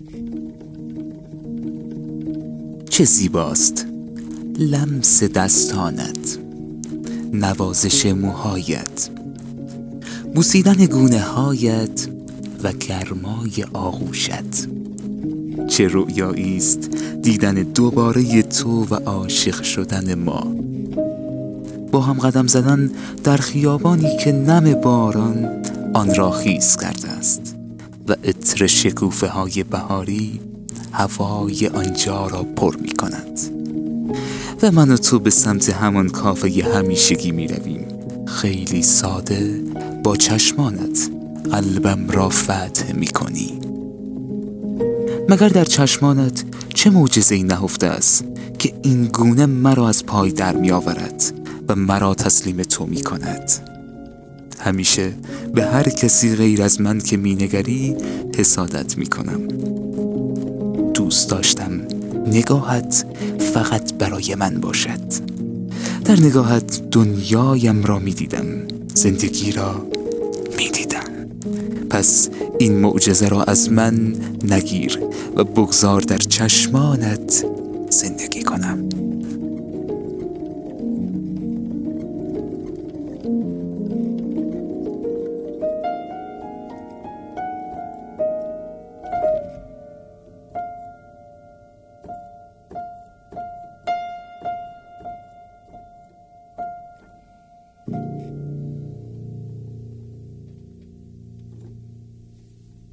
چه زیباست لمس دستانت، نوازش موهایت، بوسیدن گونه هایت و گرمای آغوشت. چه رؤیایی است دیدن دوباره تو و عاشق شدن ما، با هم قدم زدن در خیابانی که نم باران آن را خیس کرده است و عطر شکوفه های بهاری هوای آنجا را پر می کند و من و تو به سمت همان کافه همیشگی می رویم، خیلی ساده با چشمانت قلبم را فتح می کنی. مگر در چشمانت چه معجزه‌ای نهفته است که این گونه مرا از پای در می آورد و مرا تسلیم تو می کند؟ همیشه به هر کسی غیر از من که می نگری حسادت می کنم. دوست داشتم نگاهت فقط برای من باشد. در نگاهت دنیایم را می دیدم، زندگی را می دیدم. پس این معجزه را از من نگیر و بگذار در چشمانت زندگی کنم.